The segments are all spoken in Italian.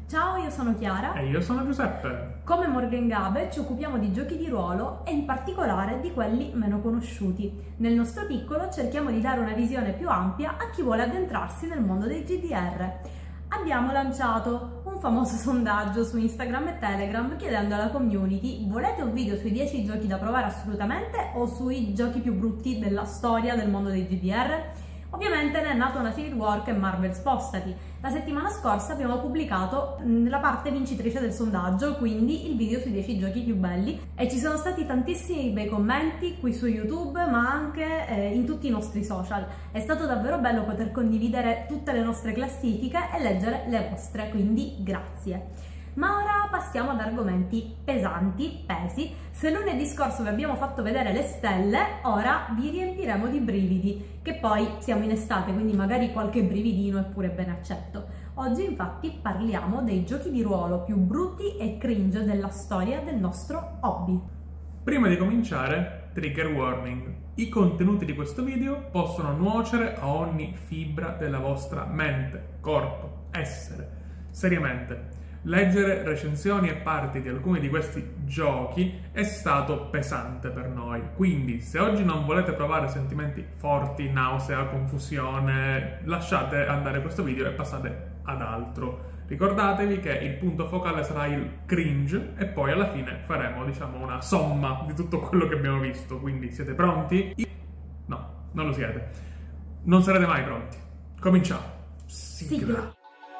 Ciao, io sono Chiara. E io sono Giuseppe. Come Morgan Gabe ci occupiamo di giochi di ruolo e in particolare di quelli meno conosciuti. Nel nostro piccolo cerchiamo di dare una visione più ampia a chi vuole addentrarsi nel mondo dei GDR. Abbiamo lanciato un famoso sondaggio su Instagram e Telegram chiedendo alla community: volete un video sui 10 giochi da provare assolutamente o sui giochi più brutti della storia del mondo dei GDR? Ovviamente ne è nata una Civil War e Marvel Spostati. La settimana scorsa abbiamo pubblicato la parte vincitrice del sondaggio, quindi il video sui 10 giochi più belli, e ci sono stati tantissimi bei commenti qui su YouTube ma anche in tutti i nostri social. È stato davvero bello poter condividere tutte le nostre classifiche e leggere le vostre, quindi grazie. Ma ora passiamo ad argomenti pesanti, pesi. Se lunedì scorso vi abbiamo fatto vedere le stelle, ora vi riempiremo di brividi, che poi siamo in estate, quindi magari qualche brividino è pure ben accetto. Oggi infatti parliamo dei giochi di ruolo più brutti e cringe della storia del nostro hobby. Prima di cominciare, trigger warning. I contenuti di questo video possono nuocere a ogni fibra della vostra mente, corpo, essere. Seriamente. Leggere recensioni e parti di alcuni di questi giochi è stato pesante per noi, quindi se oggi non volete provare sentimenti forti, nausea, confusione, lasciate andare questo video e passate ad altro. Ricordatevi che il punto focale sarà il cringe e poi alla fine faremo, diciamo, una somma di tutto quello che abbiamo visto, quindi siete pronti? No, non lo siete. Non sarete mai pronti. Cominciamo. Sigla.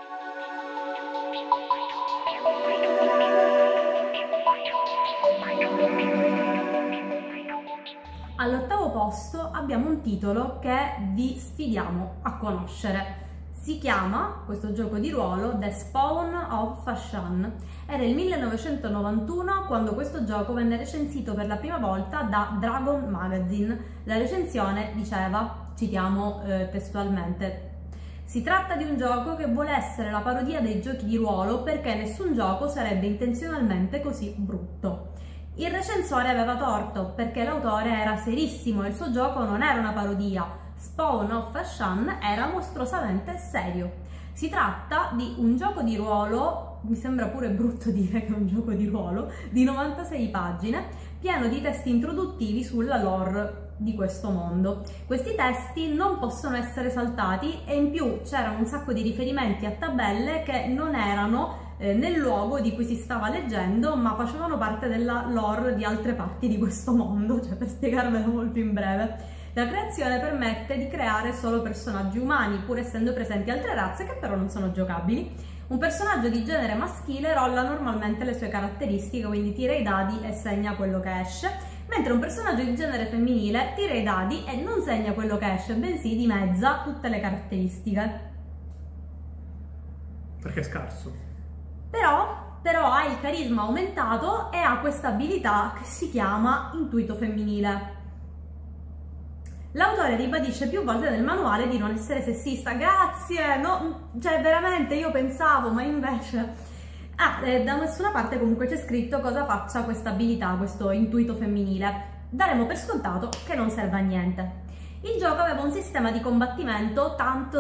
All'ottavo posto abbiamo un titolo che vi sfidiamo a conoscere. Si chiama, questo gioco di ruolo, The Spawn of Fashan. Era il 1991 quando questo gioco venne recensito per la prima volta da Dragon Magazine. La recensione diceva, citiamo testualmente: si tratta di un gioco che vuole essere la parodia dei giochi di ruolo perché nessun gioco sarebbe intenzionalmente così brutto. Il recensore aveva torto perché l'autore era serissimo e il suo gioco non era una parodia. Spawn of Fashan era mostruosamente serio. Si tratta di un gioco di ruolo, mi sembra pure brutto dire che è un gioco di ruolo, di 96 pagine, pieno di testi introduttivi sulla lore di questo mondo. Questi testi non possono essere saltati e in più c'erano un sacco di riferimenti a tabelle che non erano nel luogo di cui si stava leggendo, ma facevano parte della lore di altre parti di questo mondo, cioè per spiegarvelo molto in breve. La creazione permette di creare solo personaggi umani, pur essendo presenti altre razze che però non sono giocabili. Un personaggio di genere maschile rolla normalmente le sue caratteristiche, quindi tira i dadi e segna quello che esce, mentre un personaggio di genere femminile tira i dadi e non segna quello che esce, bensì dimezza tutte le caratteristiche. Perché è scarso. Però ha il carisma aumentato e ha questa abilità che si chiama intuito femminile. L'autore ribadisce più volte nel manuale di non essere sessista. Grazie, no, cioè veramente io pensavo, ma invece... da nessuna parte comunque c'è scritto cosa faccia questa abilità, questo intuito femminile. Daremo per scontato che non serve a niente. Il gioco aveva un sistema di combattimento tanto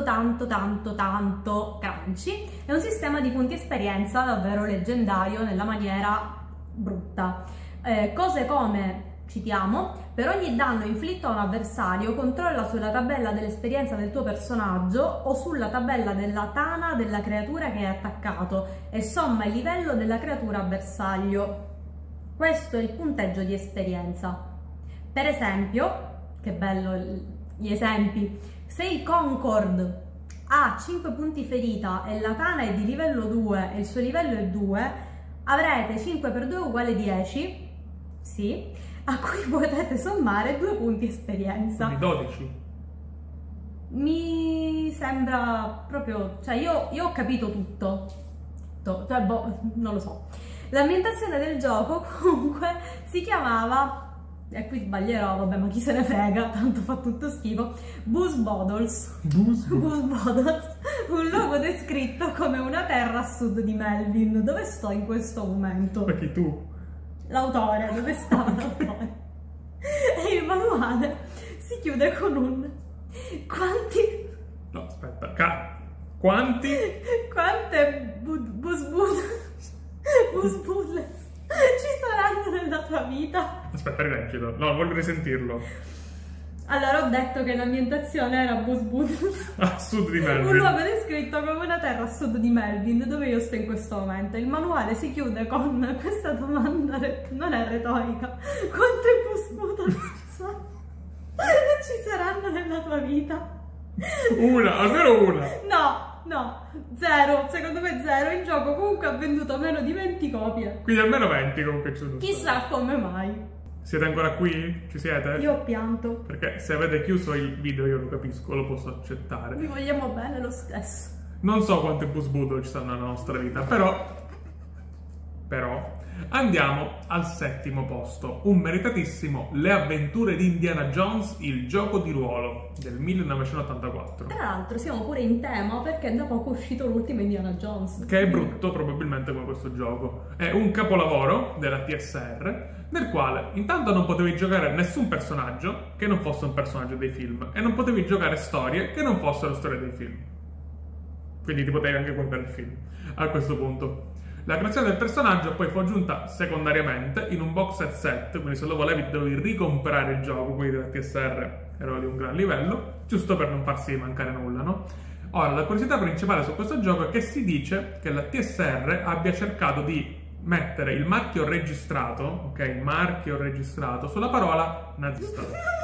crunchy e un sistema di punti esperienza davvero leggendario nella maniera brutta. Cose come, citiamo, per ogni danno inflitto a un avversario controlla sulla tabella dell'esperienza del tuo personaggio o sulla tabella della tana della creatura che hai attaccato e somma il livello della creatura avversario. Questo è il punteggio di esperienza. Per esempio, che bello gli esempi, se il Concord ha 5 punti ferita e la Tana è di livello 2 e il suo livello è 2, avrete 5 per 2 uguale 10, sì, a cui potete sommare 2 punti esperienza. Quindi 12. Mi sembra proprio, cioè io ho capito tutto, cioè boh, non lo so. L'ambientazione del gioco comunque si chiamava, e qui sbaglierò, vabbè, ma chi se ne frega, tanto fa tutto schifo, Boodles, un luogo descritto come una terra a sud di Melvin. Dove sto in questo momento? Perché tu? L'autore, dove sta l'autore? E il manuale si chiude con un... Quanti... No, aspetta, quanti? Quante Bus Boodles ci saranno nella tua vita? Aspetta, rileggilo. No, voglio risentirlo. Allora, ho detto che l'ambientazione era Bus Boodles. A sud di Melvin. Un luogo descritto come una terra a sud di Melvin, dove io sto in questo momento. Il manuale si chiude con questa domanda, non è retorica. Quante Bus Boodles ci saranno nella tua vita? Una, almeno una. No, zero. Secondo me zero. Il gioco comunque ha venduto meno di 20 copie. Quindi almeno 20 comunque ci sono. Chissà come mai. Siete ancora qui? Ci siete? Io ho pianto. Perché se avete chiuso il video io lo capisco, lo posso accettare. Vi vogliamo bene lo stesso. Non so quante Bus Boodle ci stanno nella nostra vita, però andiamo al settimo posto, un meritatissimo Le avventure di Indiana Jones, il gioco di ruolo del 1984. Tra l'altro siamo pure in tema perché da poco è uscito l'ultimo Indiana Jones. Che è brutto probabilmente come questo gioco. È un capolavoro della TSR nel quale intanto non potevi giocare nessun personaggio che non fosse un personaggio dei film e non potevi giocare storie che non fossero storie dei film. Quindi ti potevi anche guardare il film a questo punto. La creazione del personaggio poi fu aggiunta secondariamente in un box set, quindi se lo volevi dovevi ricomprare il gioco, quindi la TSR era di un gran livello, giusto per non farsi mancare nulla, no? Ora, la curiosità principale su questo gioco è che si dice che la TSR abbia cercato di mettere il marchio registrato, ok, il marchio registrato sulla parola nazista.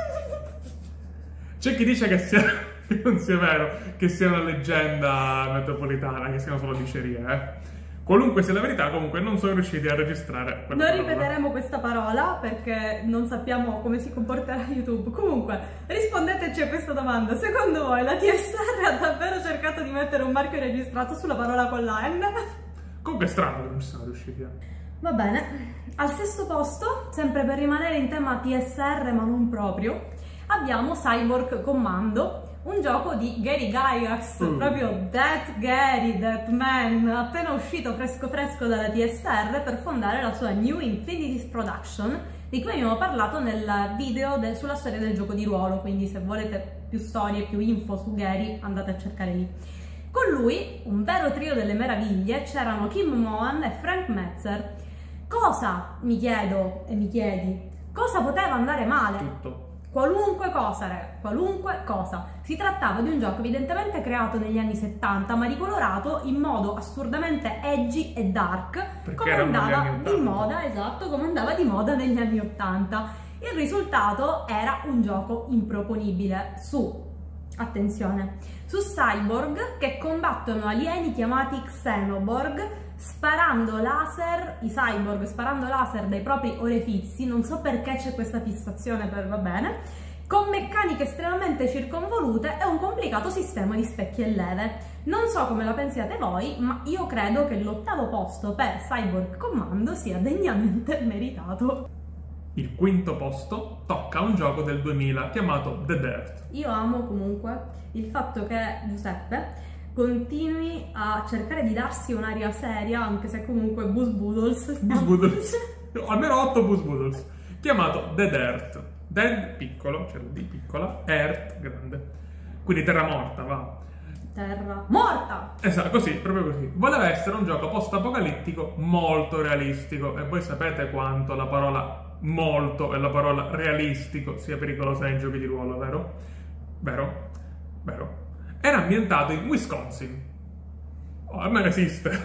C'è chi dice che non sia vero, che sia una leggenda metropolitana, che siano solo dicerie, Qualunque sia la verità, comunque non sono riusciti a registrare quella Non parola. ripeteremo questa parola perché non sappiamo come si comporterà YouTube. Comunque, rispondeteci a questa domanda. Secondo voi la TSR ha davvero cercato di mettere un marchio registrato sulla parola con la N? Comunque è strano che non ci siano riusciti. Va bene. Al sesto posto, sempre per rimanere in tema TSR ma non proprio, abbiamo Cyborg Commando, un gioco di Gary Gygax, proprio That Gary, That Man, appena uscito fresco fresco dalla TSR per fondare la sua New Infinities Production, di cui abbiamo parlato nel video sulla storia del gioco di ruolo, quindi se volete più storie, più info su Gary andate a cercare lì. Con lui, un vero trio delle meraviglie, c'erano Kim Mohan e Frank Metzer. Cosa, mi chiedo e mi chiedi, cosa poteva andare male? Tutto. Qualunque cosa, qualunque cosa. Si trattava di un gioco evidentemente creato negli anni 70, ma ricolorato in modo assurdamente edgy e dark, Perché come erano gli andava anni di 80. moda, esatto, come andava di moda negli anni 80. Il risultato era un gioco improponibile attenzione, su cyborg che combattono alieni chiamati Xenoborg, sparando laser, i cyborg sparando laser dai propri orefizi, non so perché c'è questa fissazione, va bene, con meccaniche estremamente circonvolute e un complicato sistema di specchi e leve. Non so come la pensiate voi, ma io credo che l'ottavo posto per Cyborg Commando sia degnamente meritato. Il quinto posto tocca un gioco del 2000 chiamato The Dirt. Io amo comunque il fatto che Giuseppe continui a cercare di darsi un'aria seria, anche se comunque Bus Boodles. Bus Boodles. Almeno 8 Bus Boodles. Chiamato The Dirt. Dead piccolo, cioè D piccola, Earth grande. Quindi terra morta, va. Terra morta! Esatto, così, proprio così. Voleva essere un gioco post-apocalittico molto realistico. E voi sapete quanto la parola molto e la parola realistico sia pericolosa nei giochi di ruolo, vero? Vero? Vero. Era ambientato in Wisconsin. Oh, almeno esiste.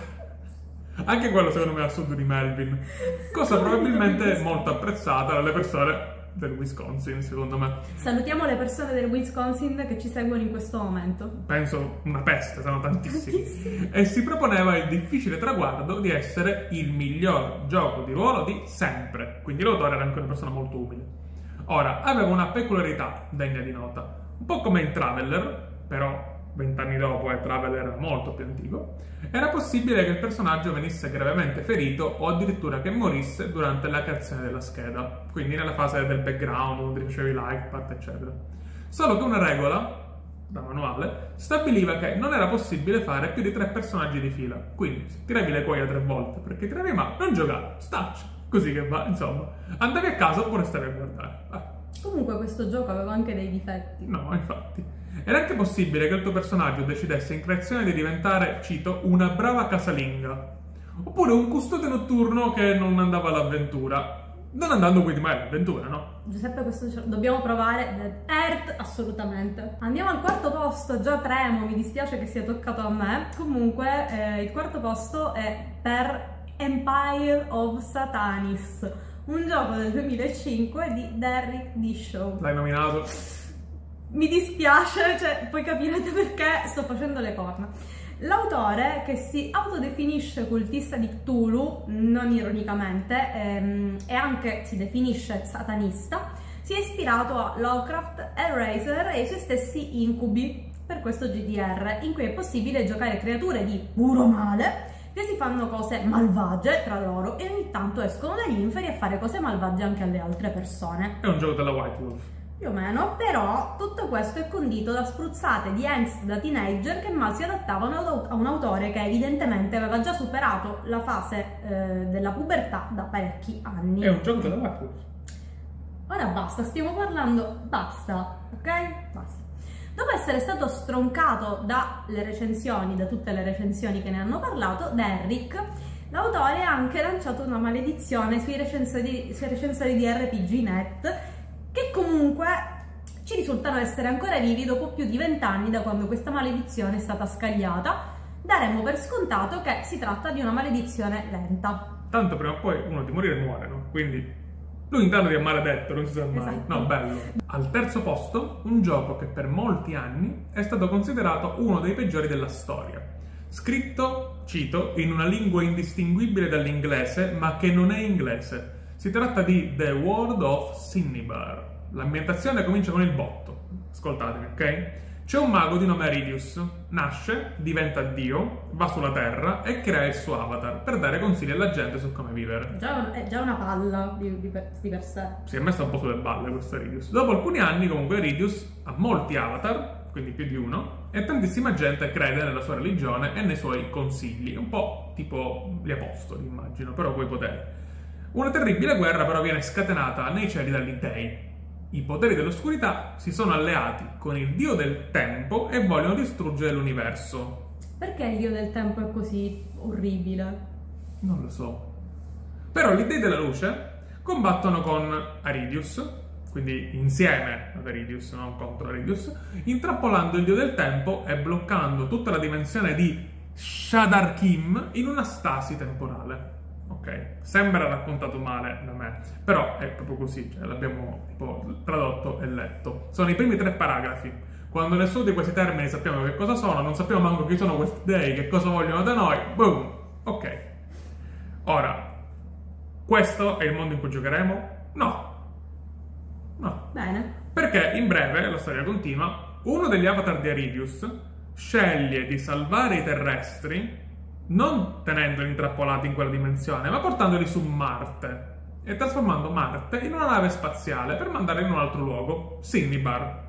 Anche quello secondo me è a sud di Melvin. Cosa probabilmente molto apprezzata dalle persone del Wisconsin, secondo me. Salutiamo le persone del Wisconsin che ci seguono in questo momento. Penso una peste, sono tantissimi. E si proponeva il difficile traguardo di essere il miglior gioco di ruolo di sempre. Quindi l'autore era anche una persona molto umile. Ora, aveva una peculiarità degna di nota. Un po' come in Traveller, però 20 anni dopo Traveller era molto più antico, era possibile che il personaggio venisse gravemente ferito o addirittura che morisse durante la creazione della scheda, quindi nella fase del background, dove ricevevi life part, eccetera. Solo che una regola, da manuale, stabiliva che non era possibile fare più di 3 personaggi di fila, quindi se tiravi le cuoia 3 volte perché tiravi ma non giocavi, stacci, così che va, insomma, andavi a casa oppure stavi a guardare. Comunque questo gioco aveva anche dei difetti. No, infatti. Era anche possibile che il tuo personaggio decidesse in creazione di diventare, cito, una brava casalinga. Oppure un custode notturno che non andava all'avventura. Non andando quindi mai all'avventura, no? Giuseppe, dobbiamo provare Earth, assolutamente. Andiamo al quarto posto, già tremo, mi dispiace che sia toccato a me. Comunque, il quarto posto è per Empire of Satanis, un gioco del 2005 di Derrick Dishow. L'hai nominato? Mi dispiace, cioè, poi capirete perché sto facendo le corna. L'autore, che si autodefinisce cultista di Cthulhu, non ironicamente, e anche si definisce satanista, si è ispirato a Lovecraft, Hellraiser e i suoi stessi incubi per questo GDR, in cui è possibile giocare creature di puro male che si fanno cose malvagie tra loro e ogni tanto escono dagli inferi a fare cose malvagie anche alle altre persone. È un gioco della White Wolf. Più o meno, però tutto questo è condito da spruzzate di angst da teenager che mal si adattavano a un autore che evidentemente aveva già superato la fase della pubertà da parecchi anni. È un gioco della White Wolf. Ora basta, stiamo parlando, basta, ok? Basta. Dopo essere stato stroncato dalle recensioni, da tutte le recensioni che ne hanno parlato, Derrick, l'autore ha anche lanciato una maledizione sui recensori di RPG.net, che comunque ci risultano essere ancora vivi dopo più di 20 anni da quando questa maledizione è stata scagliata. Daremmo per scontato che si tratta di una maledizione lenta. Tanto prima o poi uno di morire muore, no? Quindi lui intanto è maledetto, non si sa mai. Esatto. No, bello. Al terzo posto, un gioco che per molti anni è stato considerato uno dei peggiori della storia. Scritto, cito, in una lingua indistinguibile dall'inglese, ma che non è inglese. Si tratta di The World of Cinnabar. L'ambientazione comincia con il botto. Ascoltatemi, ok? C'è un mago di nome Aridius. Nasce, diventa Dio, va sulla Terra e crea il suo avatar per dare consigli alla gente su come vivere. È già una palla di per sé. Si è messa un po' sulle balle questo Aridius. Dopo alcuni anni, comunque, Aridius ha molti avatar, quindi più di uno, e tantissima gente crede nella sua religione e nei suoi consigli. Un po' tipo gli apostoli, immagino, però coi poteri. Una terribile guerra però viene scatenata nei cieli dagli dei. I poteri dell'oscurità si sono alleati con il dio del tempo e vogliono distruggere l'universo. Perché il dio del tempo è così orribile? Non lo so. Però gli dei della luce combattono con Aridius, quindi insieme ad Aridius, non contro Aridius, intrappolando il dio del tempo e bloccando tutta la dimensione di Shadarkim in una stasi temporale. Ok, sembra raccontato male da me, però è proprio così, cioè l'abbiamo tipo tradotto e letto. Sono i primi 3 paragrafi. Quando nessuno di questi termini sappiamo che cosa sono, non sappiamo manco chi sono questi dei, che cosa vogliono da noi, boom, ok. Ora, questo è il mondo in cui giocheremo? No. No. Bene. Perché in breve, la storia continua, uno degli avatar di Aridius sceglie di salvare i terrestri non tenendoli intrappolati in quella dimensione, ma portandoli su Marte e trasformando Marte in una nave spaziale per mandarli in un altro luogo, Cinnabar.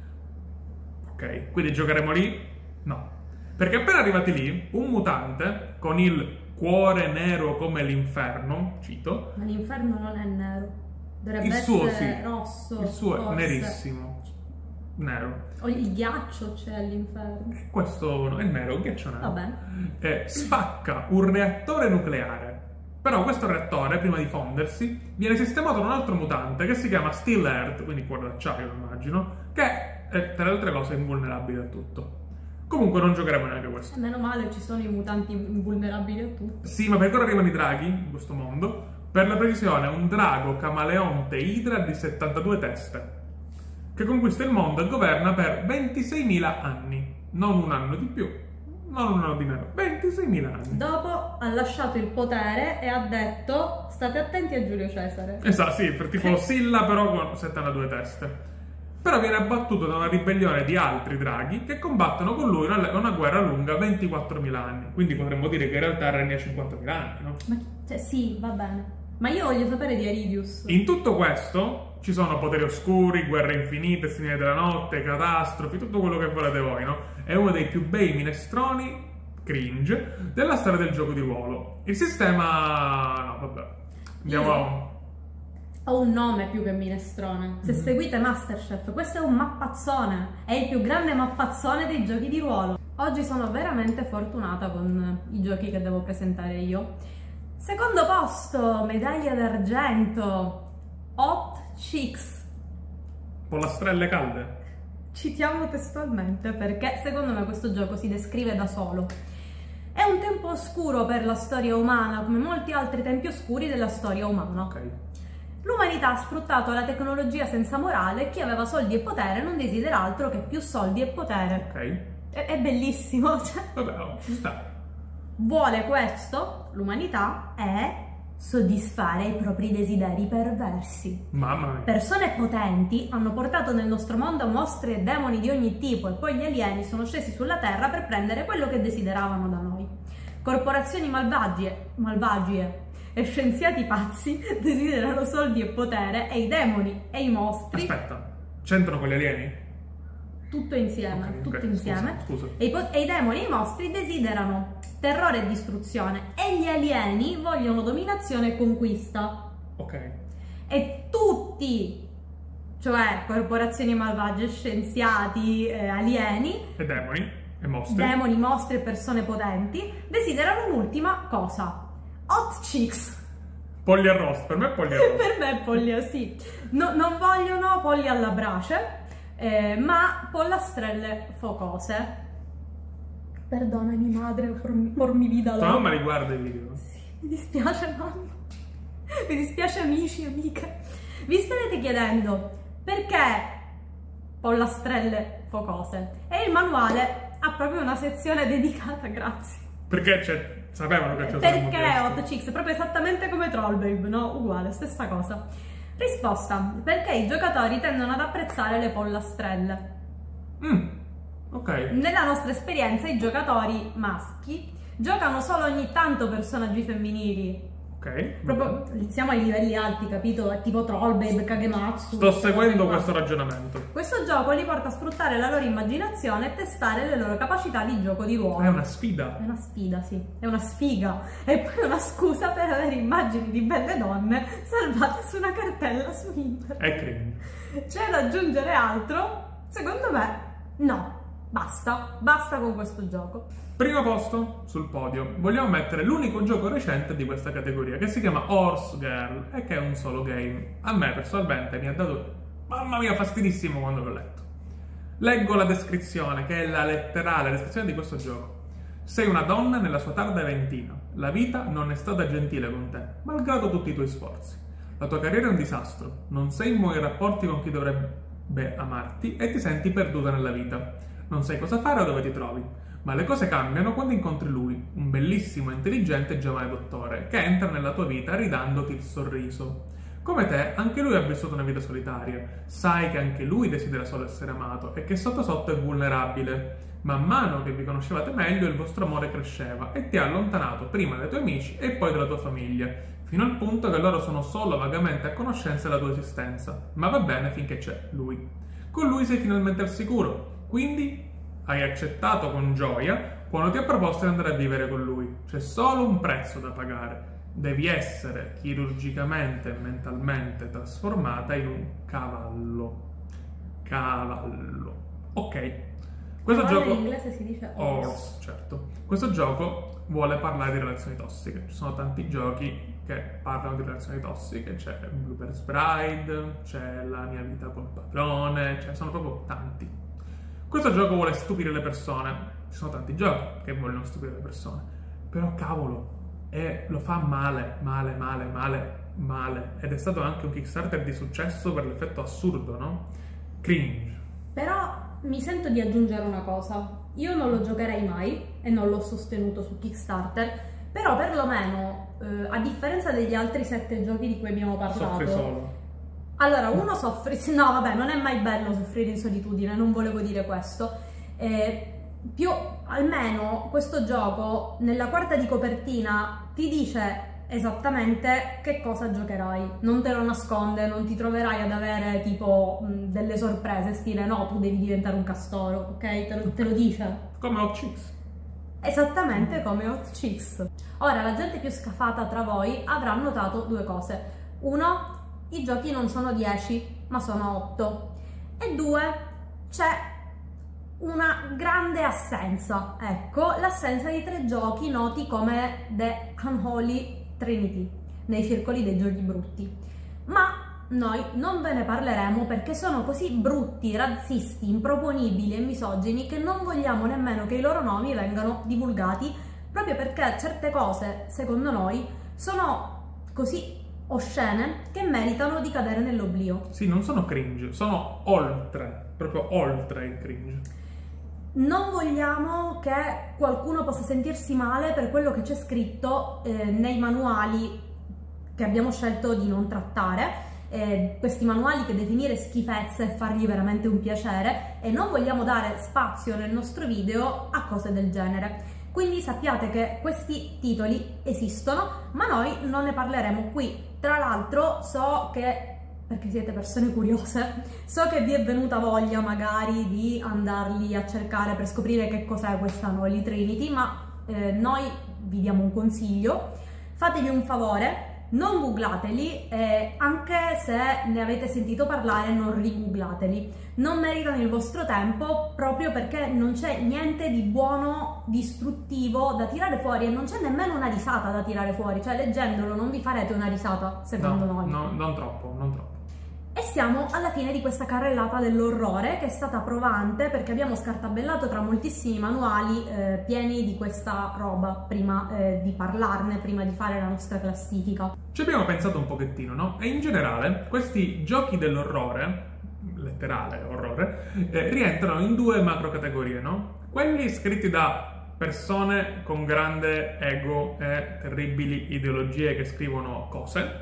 Ok, quindi giocheremo lì? No. Perché appena arrivati lì, un mutante con il cuore nero come l'inferno, cito... Ma l'inferno non è nero. Dovrebbe il suo, essere sì. rosso. Il suo forse. è nerissimo. Nero. O il ghiaccio c'è all'inferno. Questo no, è nero, un ghiaccio nero. Va bene. Spacca un reattore nucleare. Però questo reattore, prima di fondersi, viene sistemato da un altro mutante che si chiama Steel Earth, quindi cuore d'acciaio, immagino, che è, tra le altre cose, invulnerabile a tutto. Comunque non giocheremo neanche questo. Meno male ci sono i mutanti invulnerabili a tutto. Sì, ma perché ora arrivano i draghi in questo mondo? Per la precisione, un drago camaleonte idra di 72 teste, che conquista il mondo e governa per 26.000 anni. Non un anno di più, non un anno di meno, 26.000 anni. Dopo ha lasciato il potere e ha detto: state attenti a Giulio Cesare. Esatto, sì, per tipo Silla però con 72 teste. Però viene abbattuto da una ribellione di altri draghi che combattono con lui una guerra lunga 24.000 anni. Quindi potremmo dire che in realtà regna 50.000 anni, no? Ma cioè, sì, va bene. Ma io voglio sapere di Aridius. In tutto questo ci sono poteri oscuri, guerre infinite, signori della notte, catastrofi, tutto quello che volete voi, no? È uno dei più bei minestroni, cringe, della storia del gioco di ruolo. Il sistema... no, vabbè. Andiamo a... Ho un nome più che minestrone. Se seguite Masterchef, questo è un mappazzone, è il più grande mappazzone dei giochi di ruolo. Oggi sono veramente fortunata con i giochi che devo presentare io. Secondo posto, medaglia d'argento, Hot Chicks. Pollastrelle calde. Citiamo testualmente perché secondo me questo gioco si descrive da solo. È un tempo oscuro per la storia umana, come molti altri tempi oscuri della storia umana. Ok. L'umanità ha sfruttato la tecnologia senza morale e chi aveva soldi e potere non desidera altro che più soldi e potere. Ok. È bellissimo, cioè. Vabbè, ci sta. Vuole questo, l'umanità, è soddisfare i propri desideri perversi. Mamma mia. Persone potenti hanno portato nel nostro mondo mostri e demoni di ogni tipo e poi gli alieni sono scesi sulla Terra per prendere quello che desideravano da noi. Corporazioni malvagie e scienziati pazzi desiderano soldi e potere e i demoni e i mostri... Aspetta, c'entrano con gli alieni? Tutto insieme, Ok, tutto ok, insieme. scusa. E i demoni e i mostri desiderano terrore e distruzione e gli alieni vogliono dominazione e conquista. Ok. E tutti, cioè corporazioni malvagie, scienziati, alieni, E demoni? E mostri? demoni, mostri e persone potenti, desiderano un'ultima cosa. Hot Chicks. Polli arrosto, per me è polli arrosto. Per me polli, sì. Non vogliono polli alla brace, ma pollastrelle focose. Perdonami madre, pormi vita Tua mamma riguarda i video. Sì, mi dispiace mamma. Mi dispiace amici, amiche. Vi starete chiedendo perché pollastrelle focose? E il manuale ha proprio una sezione dedicata, grazie. Perché sapevano che c'è Perché Hot Chicks? Proprio esattamente come Trollbabe, no? Uguale, stessa cosa. Risposta: perché i giocatori tendono ad apprezzare le pollastrelle. Ok. Nella nostra esperienza i giocatori maschi giocano solo ogni tanto personaggi femminili. Ok. Proprio siamo ai livelli alti, capito? È tipo Trollbabe, Kagematsu. Sto seguendo questo ragionamento. Questo gioco li porta a sfruttare la loro immaginazione e testare le loro capacità di gioco di ruolo. È una sfida. È una sfida, sì. È una sfiga. E poi una scusa per avere immagini di belle donne salvate su una cartella su internet. È cringe. C'è da aggiungere altro? Secondo me, no. Basta con questo gioco. Primo posto sul podio. Vogliamo mettere l'unico gioco recente di questa categoria, che si chiama Horse Girl e che è un solo game. A me personalmente mi ha dato, mamma mia, fastidissimo quando l'ho letto. Leggo la descrizione, che è la letterale descrizione di questo gioco. Sei una donna nella sua tarda ventina. La vita non è stata gentile con te, malgrado tutti i tuoi sforzi. La tua carriera è un disastro. Non sei in buoni rapporti con chi dovrebbe amarti e ti senti perduta nella vita. Non sai cosa fare o dove ti trovi. Ma le cose cambiano quando incontri lui, un bellissimo e intelligente giovane dottore, che entra nella tua vita ridandoti il sorriso. Come te, anche lui ha vissuto una vita solitaria. Sai che anche lui desidera solo essere amato e che sotto sotto è vulnerabile. Man mano che vi conoscevate meglio, il vostro amore cresceva e ti ha allontanato prima dai tuoi amici e poi dalla tua famiglia, fino al punto che loro sono solo vagamente a conoscenza della tua esistenza. Ma va bene finché c'è lui. Con lui sei finalmente al sicuro. Quindi hai accettato con gioia quando ti ha proposto di andare a vivere con lui. C'è solo un prezzo da pagare. Devi essere chirurgicamente e mentalmente trasformata in un cavallo. Cavallo. Ok. Questo gioco... in inglese si dice horse, certo. Questo gioco vuole parlare di relazioni tossiche. Ci sono tanti giochi che parlano di relazioni tossiche. C'è Bluebird's Bride, c'è La mia vita col padrone, ce ne sono proprio tanti. Questo gioco vuole stupire le persone. Ci sono tanti giochi che vogliono stupire le persone. Però cavolo, lo fa male. Ed è stato anche un Kickstarter di successo per l'effetto assurdo, no? Cringe. Però mi sento di aggiungere una cosa. Io non lo giocherei mai e non l'ho sostenuto su Kickstarter, però perlomeno, a differenza degli altri 7 giochi di cui abbiamo parlato... Soffri solo. Allora, uno soffre... No, vabbè, non è mai bello soffrire in solitudine, non volevo dire questo. Almeno questo gioco, nella quarta di copertina, ti dice esattamente che cosa giocherai. Non te lo nasconde, non ti troverai ad avere tipo delle sorprese, stile no, tu devi diventare un castoro, ok? Te lo dice. Come Hot Chicks. Esattamente come Hot Chicks. Ora, la gente più scafata tra voi avrà notato 2 cose. Uno, i giochi non sono 10, ma sono 8. E 2, c'è una grande assenza, ecco, l'assenza di 3 giochi noti come The Unholy Trinity, nei circoli dei giochi brutti. Ma noi non ve ne parleremo perché sono così brutti, razzisti, improponibili e misogini che non vogliamo nemmeno che i loro nomi vengano divulgati, proprio perché certe cose, secondo noi, sono così oscene che meritano di cadere nell'oblio. Sì, non sono cringe, sono oltre, proprio oltre il cringe. Non vogliamo che qualcuno possa sentirsi male per quello che c'è scritto nei manuali che abbiamo scelto di non trattare, questi manuali che definire schifezze e fargli veramente un piacere, e non vogliamo dare spazio nel nostro video a cose del genere. Quindi sappiate che questi titoli esistono, ma noi non ne parleremo qui. Tra l'altro so che, perché siete persone curiose, so che vi è venuta voglia magari di andarli a cercare per scoprire che cos'è questa Unholy Trinity, ma noi vi diamo un consiglio: fatevi un favore, non googlateli, anche se ne avete sentito parlare non rigooglateli, non meritano il vostro tempo, proprio perché non c'è niente di buono, di istruttivo da tirare fuori, e non c'è nemmeno una risata da tirare fuori, cioè leggendolo non vi farete una risata, secondo noi. No, non troppo, non troppo. E siamo alla fine di questa carrellata dell'orrore, che è stata provante perché abbiamo scartabellato tra moltissimi manuali pieni di questa roba prima di parlarne, prima di fare la nostra classifica. Ci abbiamo pensato un pochettino, no? E in generale questi giochi dell'orrore, letterale orrore, rientrano in 2 macro categorie, no? Quelli scritti da persone con grande ego e terribili ideologie che scrivono cose,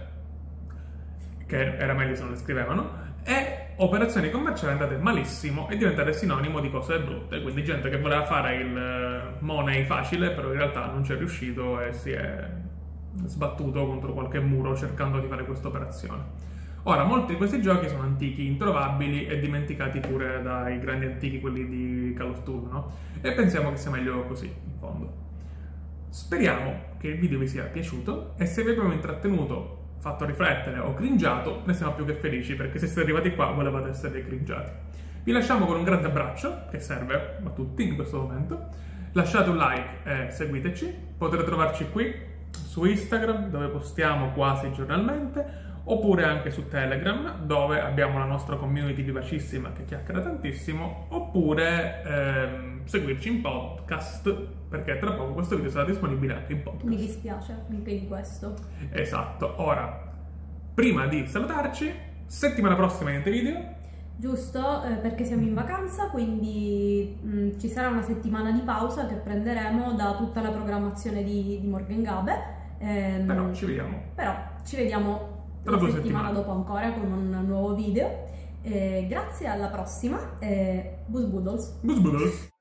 che era meglio se non le scrivevano, e operazioni commerciali andate malissimo e diventate sinonimo di cose brutte, quindi gente che voleva fare il money facile, però in realtà non ci è riuscito e si è sbattuto contro qualche muro cercando di fare questa operazione. Ora, molti di questi giochi sono antichi, introvabili e dimenticati pure dai grandi antichi, quelli di Call of Duty, no? E pensiamo che sia meglio così, in fondo. Speriamo che il video vi sia piaciuto, e se vi abbiamo intrattenuto, fatto riflettere o cringiato, ne siamo più che felici, perché se siete arrivati qua volevate essere cringiati. Vi lasciamo con un grande abbraccio, che serve a tutti in questo momento. Lasciate un like e seguiteci. Potete trovarci qui su Instagram, dove postiamo quasi giornalmente, oppure anche su Telegram, dove abbiamo la nostra community vivacissima che chiacchiera tantissimo, oppure seguirci in podcast, perché tra poco questo video sarà disponibile anche in podcast. Mi dispiace anche di questo. Esatto. Ora, prima di salutarci, settimana prossima niente video. Giusto, perché siamo in vacanza, quindi ci sarà una settimana di pausa che prenderemo da tutta la programmazione di Morgan Gabe. Però ci vediamo. Però ci vediamo tra la 2 settimana settimane dopo ancora con un nuovo video. Grazie, alla prossima. Buzz Boodles. Buzz Boodles.